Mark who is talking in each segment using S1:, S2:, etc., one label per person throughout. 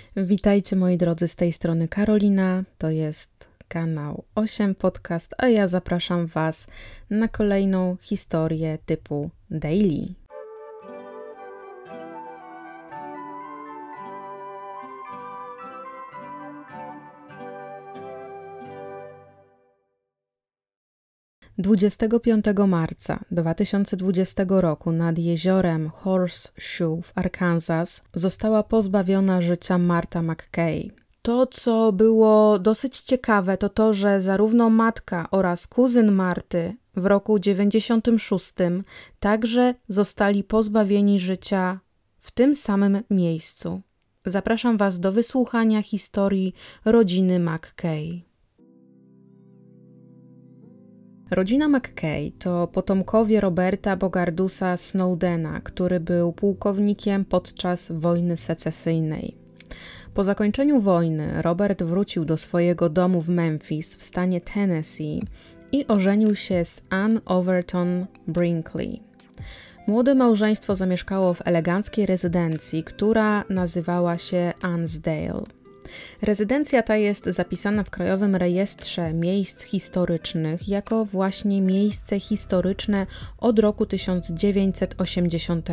S1: Witajcie moi drodzy, z tej strony Karolina, to jest kanał 8 Podcast, a ja zapraszam Was na kolejną historię typu daily. Dwudziestego 5 marca 2020 roku nad jeziorem Horseshoe w Arkansas została pozbawiona życia Martha McKay. To, co było dosyć ciekawe, to to, że zarówno matka oraz kuzyn Marty w roku 96 także zostali pozbawieni życia w tym samym miejscu. Zapraszam Was do wysłuchania historii rodziny McKay. Rodzina McKay to potomkowie Roberta Bogardusa Snowdena, który był pułkownikiem podczas wojny secesyjnej. Po zakończeniu wojny Robert wrócił do swojego domu w Memphis w stanie Tennessee i ożenił się z Ann Overton Brinkley. Młode małżeństwo zamieszkało w eleganckiej rezydencji, która nazywała się Ansdale. Rezydencja ta jest zapisana w Krajowym Rejestrze Miejsc Historycznych jako właśnie miejsce historyczne od roku 1980.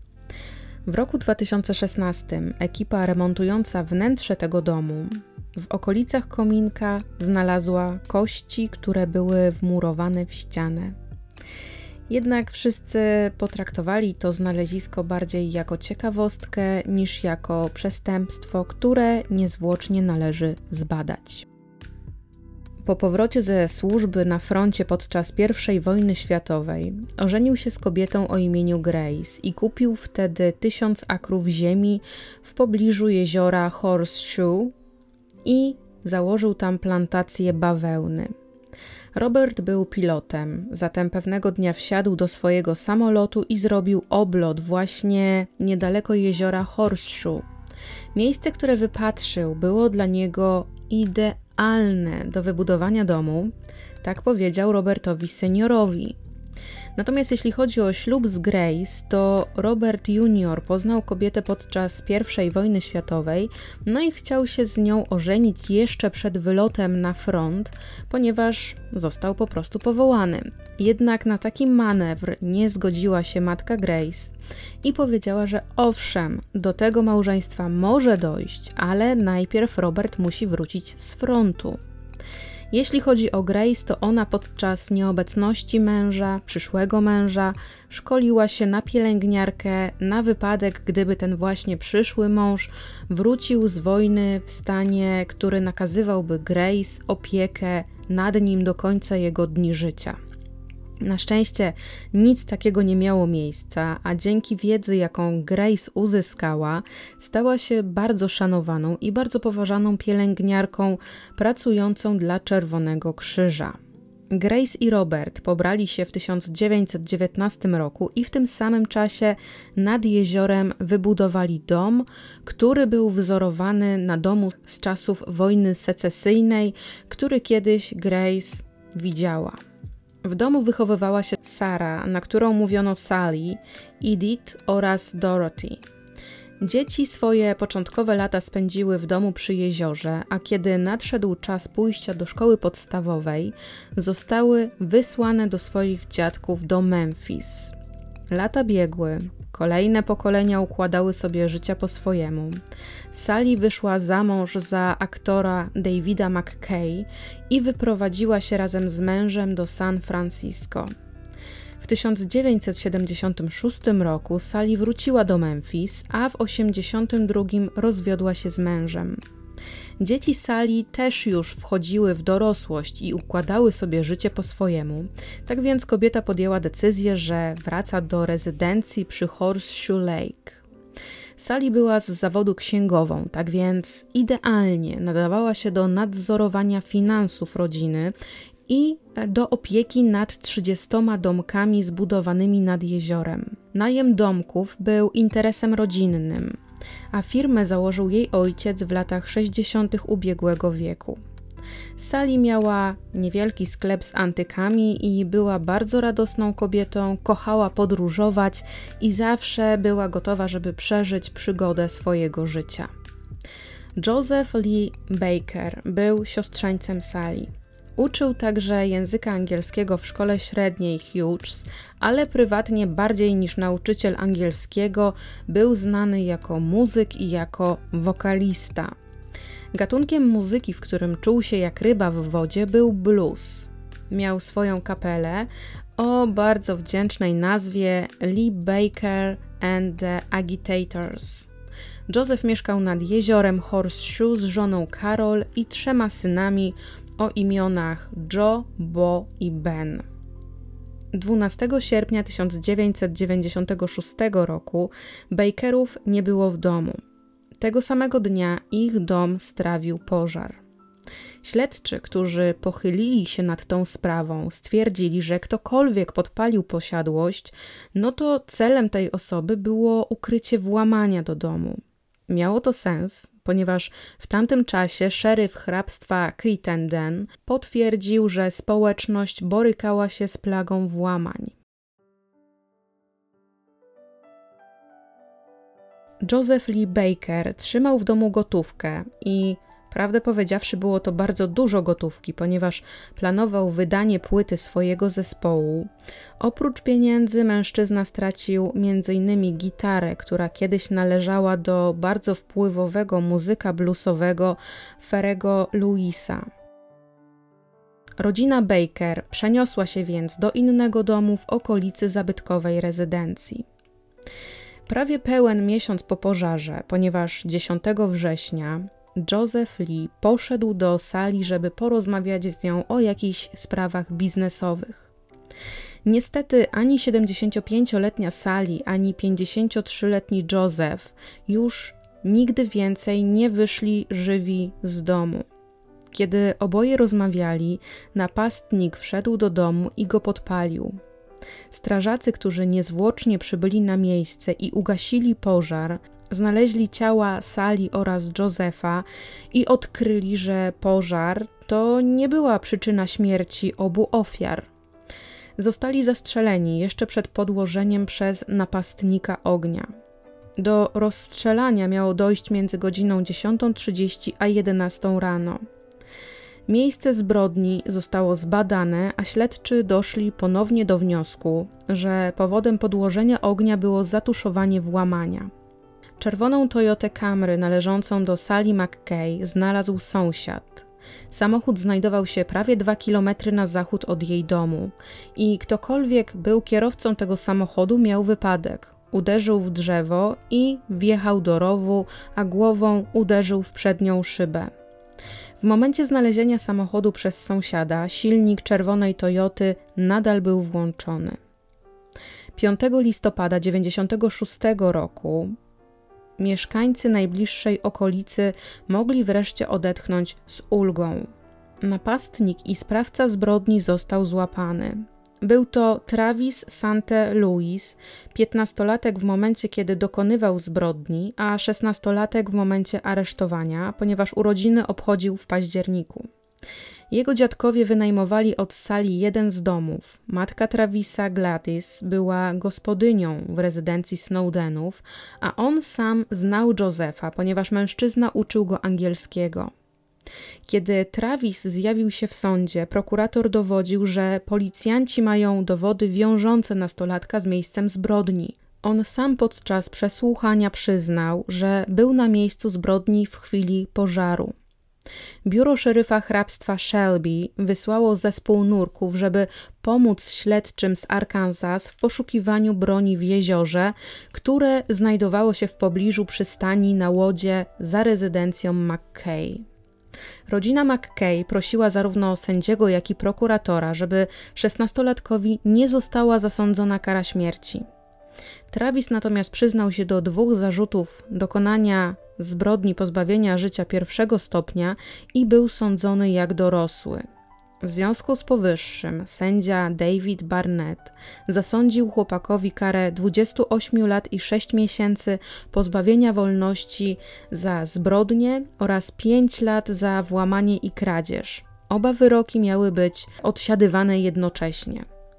S1: W roku 2016 ekipa remontująca wnętrze tego domu w okolicach kominka znalazła kości, które były wmurowane w ścianę. Jednak wszyscy potraktowali to znalezisko bardziej jako ciekawostkę niż jako przestępstwo, które niezwłocznie należy zbadać. Po powrocie ze służby na froncie podczas I wojny światowej ożenił się z kobietą o imieniu Grace i kupił wtedy 1000 akrów ziemi w pobliżu jeziora Horseshoe i założył tam plantację bawełny. Robert był pilotem, zatem pewnego dnia wsiadł do swojego samolotu i zrobił oblot właśnie niedaleko jeziora Horseshoe. Miejsce, które wypatrzył, było dla niego idealne do wybudowania domu, tak powiedział Robertowi seniorowi. Natomiast jeśli chodzi o ślub z Grace, to Robert Junior poznał kobietę podczas I wojny światowej, no i chciał się z nią ożenić jeszcze przed wylotem na front, ponieważ został po prostu powołany. Jednak na taki manewr nie zgodziła się matka Grace i powiedziała, że owszem, do tego małżeństwa może dojść, ale najpierw Robert musi wrócić z frontu. Jeśli chodzi o Grace, to ona podczas nieobecności męża, przyszłego męża, szkoliła się na pielęgniarkę na wypadek, gdyby ten właśnie przyszły mąż wrócił z wojny w stanie, który nakazywałby Grace opiekę nad nim do końca jego dni życia. Na szczęście nic takiego nie miało miejsca, a dzięki wiedzy, jaką Grace uzyskała, stała się bardzo szanowaną i bardzo poważaną pielęgniarką pracującą dla Czerwonego Krzyża. Grace i Robert pobrali się w 1919 roku i w tym samym czasie nad jeziorem wybudowali dom, który był wzorowany na domu z czasów wojny secesyjnej, który kiedyś Grace widziała. W domu wychowywała się Sarah, na którą mówiono Sally, Edith oraz Dorothy. Dzieci swoje początkowe lata spędziły w domu przy jeziorze, a kiedy nadszedł czas pójścia do szkoły podstawowej, zostały wysłane do swoich dziadków do Memphis. Lata biegły, kolejne pokolenia układały sobie życia po swojemu. Sally wyszła za mąż za aktora Davida McKay i wyprowadziła się razem z mężem do San Francisco. W 1976 roku Sally wróciła do Memphis, a w 1982 rozwiodła się z mężem. Dzieci Sally też już wchodziły w dorosłość i układały sobie życie po swojemu, tak więc kobieta podjęła decyzję, że wraca do rezydencji przy Horseshoe Lake. Sally była z zawodu księgową, tak więc idealnie nadawała się do nadzorowania finansów rodziny i do opieki nad 30 domkami zbudowanymi nad jeziorem. Najem domków był interesem rodzinnym, a firmę założył jej ojciec w latach 60. ubiegłego wieku. Sally miała niewielki sklep z antykami i była bardzo radosną kobietą, kochała podróżować i zawsze była gotowa, żeby przeżyć przygodę swojego życia. Joseph Lee Baker był siostrzeńcem Sally. Uczył także języka angielskiego w szkole średniej Hughes, ale prywatnie bardziej niż nauczyciel angielskiego był znany jako muzyk i jako wokalista. Gatunkiem muzyki, w którym czuł się jak ryba w wodzie, był blues. Miał swoją kapelę o bardzo wdzięcznej nazwie Lee Baker and the Agitators. Joseph mieszkał nad jeziorem Horseshoe z żoną Carol i 3 synami o imionach Joe, Bo i Ben. 12 sierpnia 1996 roku Bakerów nie było w domu. Tego samego dnia ich dom strawił pożar. Śledczy, którzy pochylili się nad tą sprawą, stwierdzili, że ktokolwiek podpalił posiadłość, no to celem tej osoby było ukrycie włamania do domu. Miało to sens, ponieważ w tamtym czasie szeryf hrabstwa Crittenden potwierdził, że społeczność borykała się z plagą włamań. Joseph Lee Baker trzymał w domu gotówkę i prawdę powiedziawszy było to bardzo dużo gotówki, ponieważ planował wydanie płyty swojego zespołu. Oprócz pieniędzy mężczyzna stracił m.in. gitarę, która kiedyś należała do bardzo wpływowego muzyka bluesowego Ferrego Louisa. Rodzina Baker przeniosła się więc do innego domu w okolicy zabytkowej rezydencji. Prawie pełen miesiąc po pożarze, ponieważ 10 września Joseph Lee poszedł do Sally, żeby porozmawiać z nią o jakichś sprawach biznesowych. Niestety ani 75-letnia Sally, ani 53-letni Joseph już nigdy więcej nie wyszli żywi z domu. Kiedy oboje rozmawiali, napastnik wszedł do domu i go podpalił. Strażacy, którzy niezwłocznie przybyli na miejsce i ugasili pożar, znaleźli ciała Sally oraz Josepha i odkryli, że pożar to nie była przyczyna śmierci obu ofiar. Zostali zastrzeleni jeszcze przed podłożeniem przez napastnika ognia. Do rozstrzelania miało dojść między godziną 10:30 a 11 rano. Miejsce zbrodni zostało zbadane, a śledczy doszli ponownie do wniosku, że powodem podłożenia ognia było zatuszowanie włamania. Czerwoną Toyotę Camry należącą do Sally McKay znalazł sąsiad. Samochód znajdował się prawie 2 km na zachód od jej domu i ktokolwiek był kierowcą tego samochodu miał wypadek. Uderzył w drzewo i wjechał do rowu, a głową uderzył w przednią szybę. W momencie znalezienia samochodu przez sąsiada silnik czerwonej Toyoty nadal był włączony. 5 listopada 1996 roku mieszkańcy najbliższej okolicy mogli wreszcie odetchnąć z ulgą. Napastnik i sprawca zbrodni został złapany. Był to Travis Sante Louis, 15-latek w momencie, kiedy dokonywał zbrodni, a 16-latek w momencie aresztowania, ponieważ urodziny obchodził w październiku. Jego dziadkowie wynajmowali od Sally jeden z domów. Matka Travisa, Gladys, była gospodynią w rezydencji Snowdenów, a on sam znał Josepha, ponieważ mężczyzna uczył go angielskiego. Kiedy Travis zjawił się w sądzie, prokurator dowodził, że policjanci mają dowody wiążące nastolatka z miejscem zbrodni. On sam podczas przesłuchania przyznał, że był na miejscu zbrodni w chwili pożaru. Biuro szeryfa hrabstwa Shelby wysłało zespół nurków, żeby pomóc śledczym z Arkansas w poszukiwaniu broni w jeziorze, które znajdowało się w pobliżu przystani na łodzie za rezydencją McKay. Rodzina McKay prosiła zarówno sędziego, jak i prokuratora, żeby 16-latkowi nie została zasądzona kara śmierci. Travis natomiast przyznał się do 2 zarzutów dokonania zbrodni pozbawienia życia 1. stopnia i był sądzony jak dorosły. W związku z powyższym sędzia David Barnett zasądził chłopakowi karę 28 lat i 6 miesięcy pozbawienia wolności za zbrodnię oraz 5 lat za włamanie i kradzież. Oba wyroki miały być odsiadywane jednocześnie.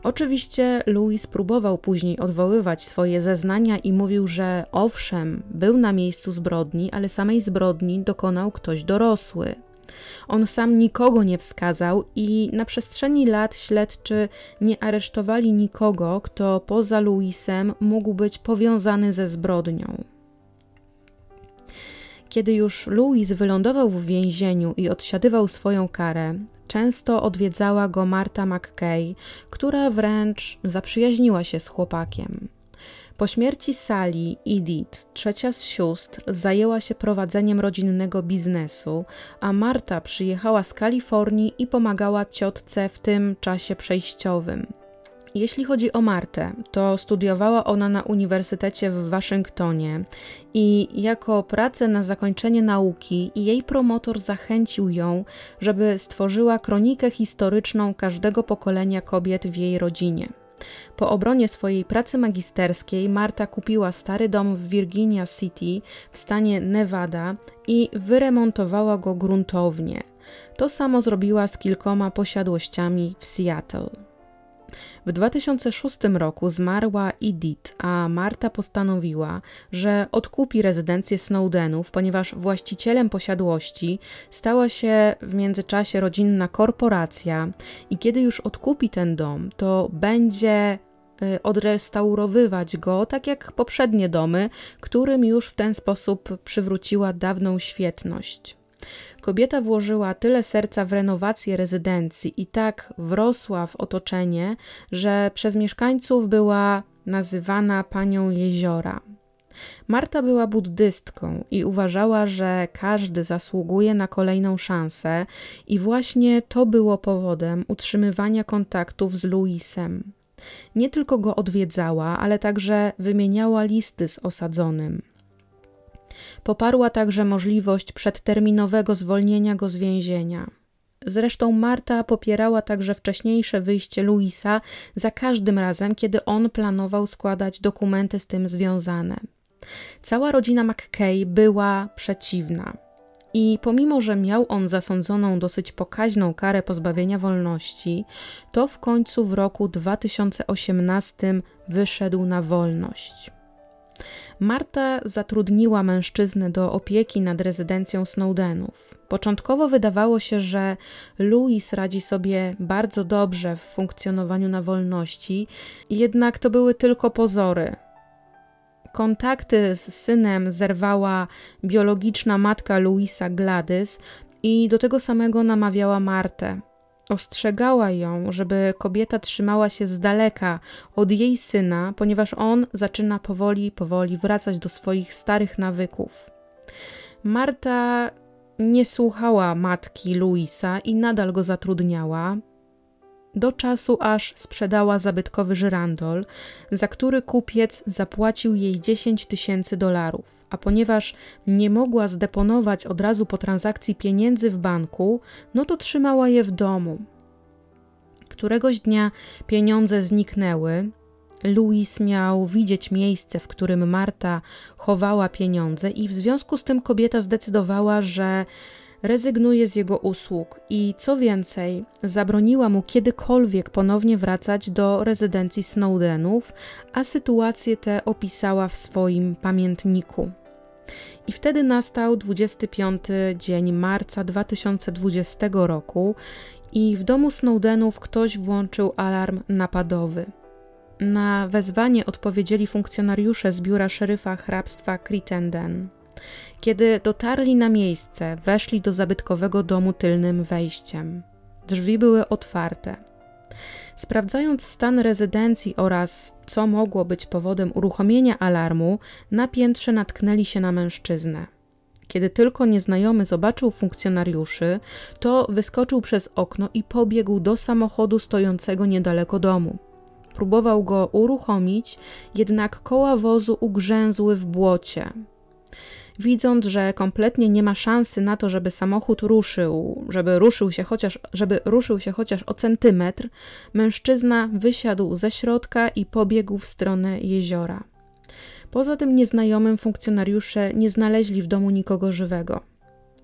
S1: Oczywiście Louis próbował później odwoływać swoje zeznania i mówił, że owszem, był na miejscu zbrodni, ale samej zbrodni dokonał ktoś dorosły. On sam nikogo nie wskazał i na przestrzeni lat śledczy nie aresztowali nikogo, kto poza Louisem mógł być powiązany ze zbrodnią. Kiedy już Louis wylądował w więzieniu i odsiadywał swoją karę, często odwiedzała go Martha McKay, która wręcz zaprzyjaźniła się z chłopakiem. Po śmierci Sally, Edith, trzecia z sióstr, zajęła się prowadzeniem rodzinnego biznesu, a Marta przyjechała z Kalifornii i pomagała ciotce w tym czasie przejściowym. Jeśli chodzi o Martę, to studiowała ona na Uniwersytecie w Waszyngtonie i jako pracę na zakończenie nauki jej promotor zachęcił ją, żeby stworzyła kronikę historyczną każdego pokolenia kobiet w jej rodzinie. Po obronie swojej pracy magisterskiej Marta kupiła stary dom w Virginia City w stanie Nevada i wyremontowała go gruntownie. To samo zrobiła z kilkoma posiadłościami w Seattle. W 2006 roku zmarła Edith, a Marta postanowiła, że odkupi rezydencję Snowdenów, ponieważ właścicielem posiadłości stała się w międzyczasie rodzinna korporacja i kiedy już odkupi ten dom, to będzie odrestaurowywać go, tak jak poprzednie domy, którym już w ten sposób przywróciła dawną świetność. Kobieta włożyła tyle serca w renowację rezydencji i tak wrosła w otoczenie, że przez mieszkańców była nazywana panią jeziora. Marta była buddystką i uważała, że każdy zasługuje na kolejną szansę i właśnie to było powodem utrzymywania kontaktów z Louisem. Nie tylko go odwiedzała, ale także wymieniała listy z osadzonym. Poparła także możliwość przedterminowego zwolnienia go z więzienia. Zresztą Marta popierała także wcześniejsze wyjście Louisa za każdym razem, kiedy on planował składać dokumenty z tym związane. Cała rodzina McKay była przeciwna. I pomimo, że miał on zasądzoną dosyć pokaźną karę pozbawienia wolności, to w końcu w roku 2018 wyszedł na wolność. Marta zatrudniła mężczyznę do opieki nad rezydencją Snowdenów. Początkowo wydawało się, że Louis radzi sobie bardzo dobrze w funkcjonowaniu na wolności, jednak to były tylko pozory. Kontakty z synem zerwała biologiczna matka Louisa, Gladys, i do tego samego namawiała Martę. Ostrzegała ją, żeby kobieta trzymała się z daleka od jej syna, ponieważ on zaczyna powoli wracać do swoich starych nawyków. Marta nie słuchała matki Louisa i nadal go zatrudniała, do czasu aż sprzedała zabytkowy żyrandol, za który kupiec zapłacił jej $10,000, a ponieważ nie mogła zdeponować od razu po transakcji pieniędzy w banku, no to trzymała je w domu. Któregoś dnia pieniądze zniknęły. Louis miał widzieć miejsce, w którym Marta chowała pieniądze i w związku z tym kobieta zdecydowała, że rezygnuje z jego usług i co więcej, zabroniła mu kiedykolwiek ponownie wracać do rezydencji Snowdenów, a sytuację tę opisała w swoim pamiętniku. I wtedy nastał 25 dzień marca 2020 roku i w domu Snowdenów ktoś włączył alarm napadowy. Na wezwanie odpowiedzieli funkcjonariusze z biura szeryfa hrabstwa Crittenden. Kiedy dotarli na miejsce, weszli do zabytkowego domu tylnym wejściem. Drzwi były otwarte. Sprawdzając stan rezydencji oraz co mogło być powodem uruchomienia alarmu, na piętrze natknęli się na mężczyznę. Kiedy tylko nieznajomy zobaczył funkcjonariuszy, to wyskoczył przez okno i pobiegł do samochodu stojącego niedaleko domu. Próbował go uruchomić, jednak koła wozu ugrzęzły w błocie. Widząc, że kompletnie nie ma szansy na to, żeby samochód żeby ruszył się chociaż o centymetr, mężczyzna wysiadł ze środka i pobiegł w stronę jeziora. Poza tym nieznajomym funkcjonariusze nie znaleźli w domu nikogo żywego.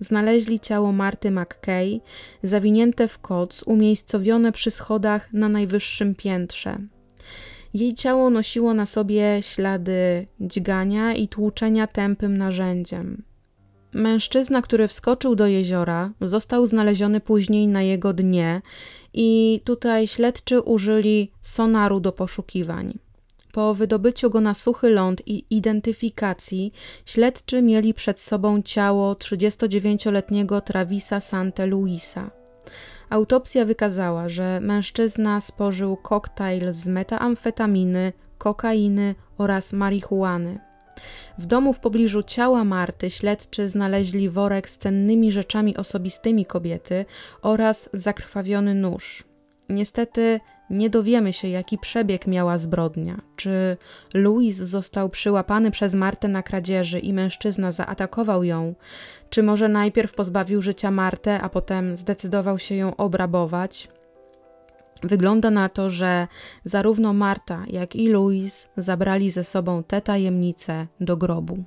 S1: znaleźli ciało Marty McKay zawinięte w koc, umiejscowione przy schodach na najwyższym piętrze. Jej ciało nosiło na sobie ślady dźgania i tłuczenia tępym narzędziem. Mężczyzna, który wskoczył do jeziora, został znaleziony później na jego dnie i tutaj śledczy użyli sonaru do poszukiwań. Po wydobyciu go na suchy ląd i identyfikacji, śledczy mieli przed sobą ciało 39-letniego Travisa Sante Luisa. Autopsja wykazała, że mężczyzna spożył koktajl z metamfetaminy, kokainy oraz marihuany. W domu w pobliżu ciała Marty śledczy znaleźli worek z cennymi rzeczami osobistymi kobiety oraz zakrwawiony nóż. Niestety nie dowiemy się, jaki przebieg miała zbrodnia. Czy Louis został przyłapany przez Martę na kradzieży i mężczyzna zaatakował ją? Czy może najpierw pozbawił życia Martę, a potem zdecydował się ją obrabować? Wygląda na to, że zarówno Marta, jak i Louis zabrali ze sobą tę tajemnicę do grobu.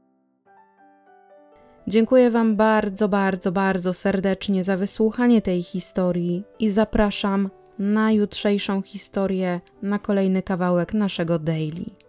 S1: Dziękuję Wam bardzo, bardzo, bardzo serdecznie za wysłuchanie tej historii i zapraszam na jutrzejszą historię, na kolejny kawałek naszego daily.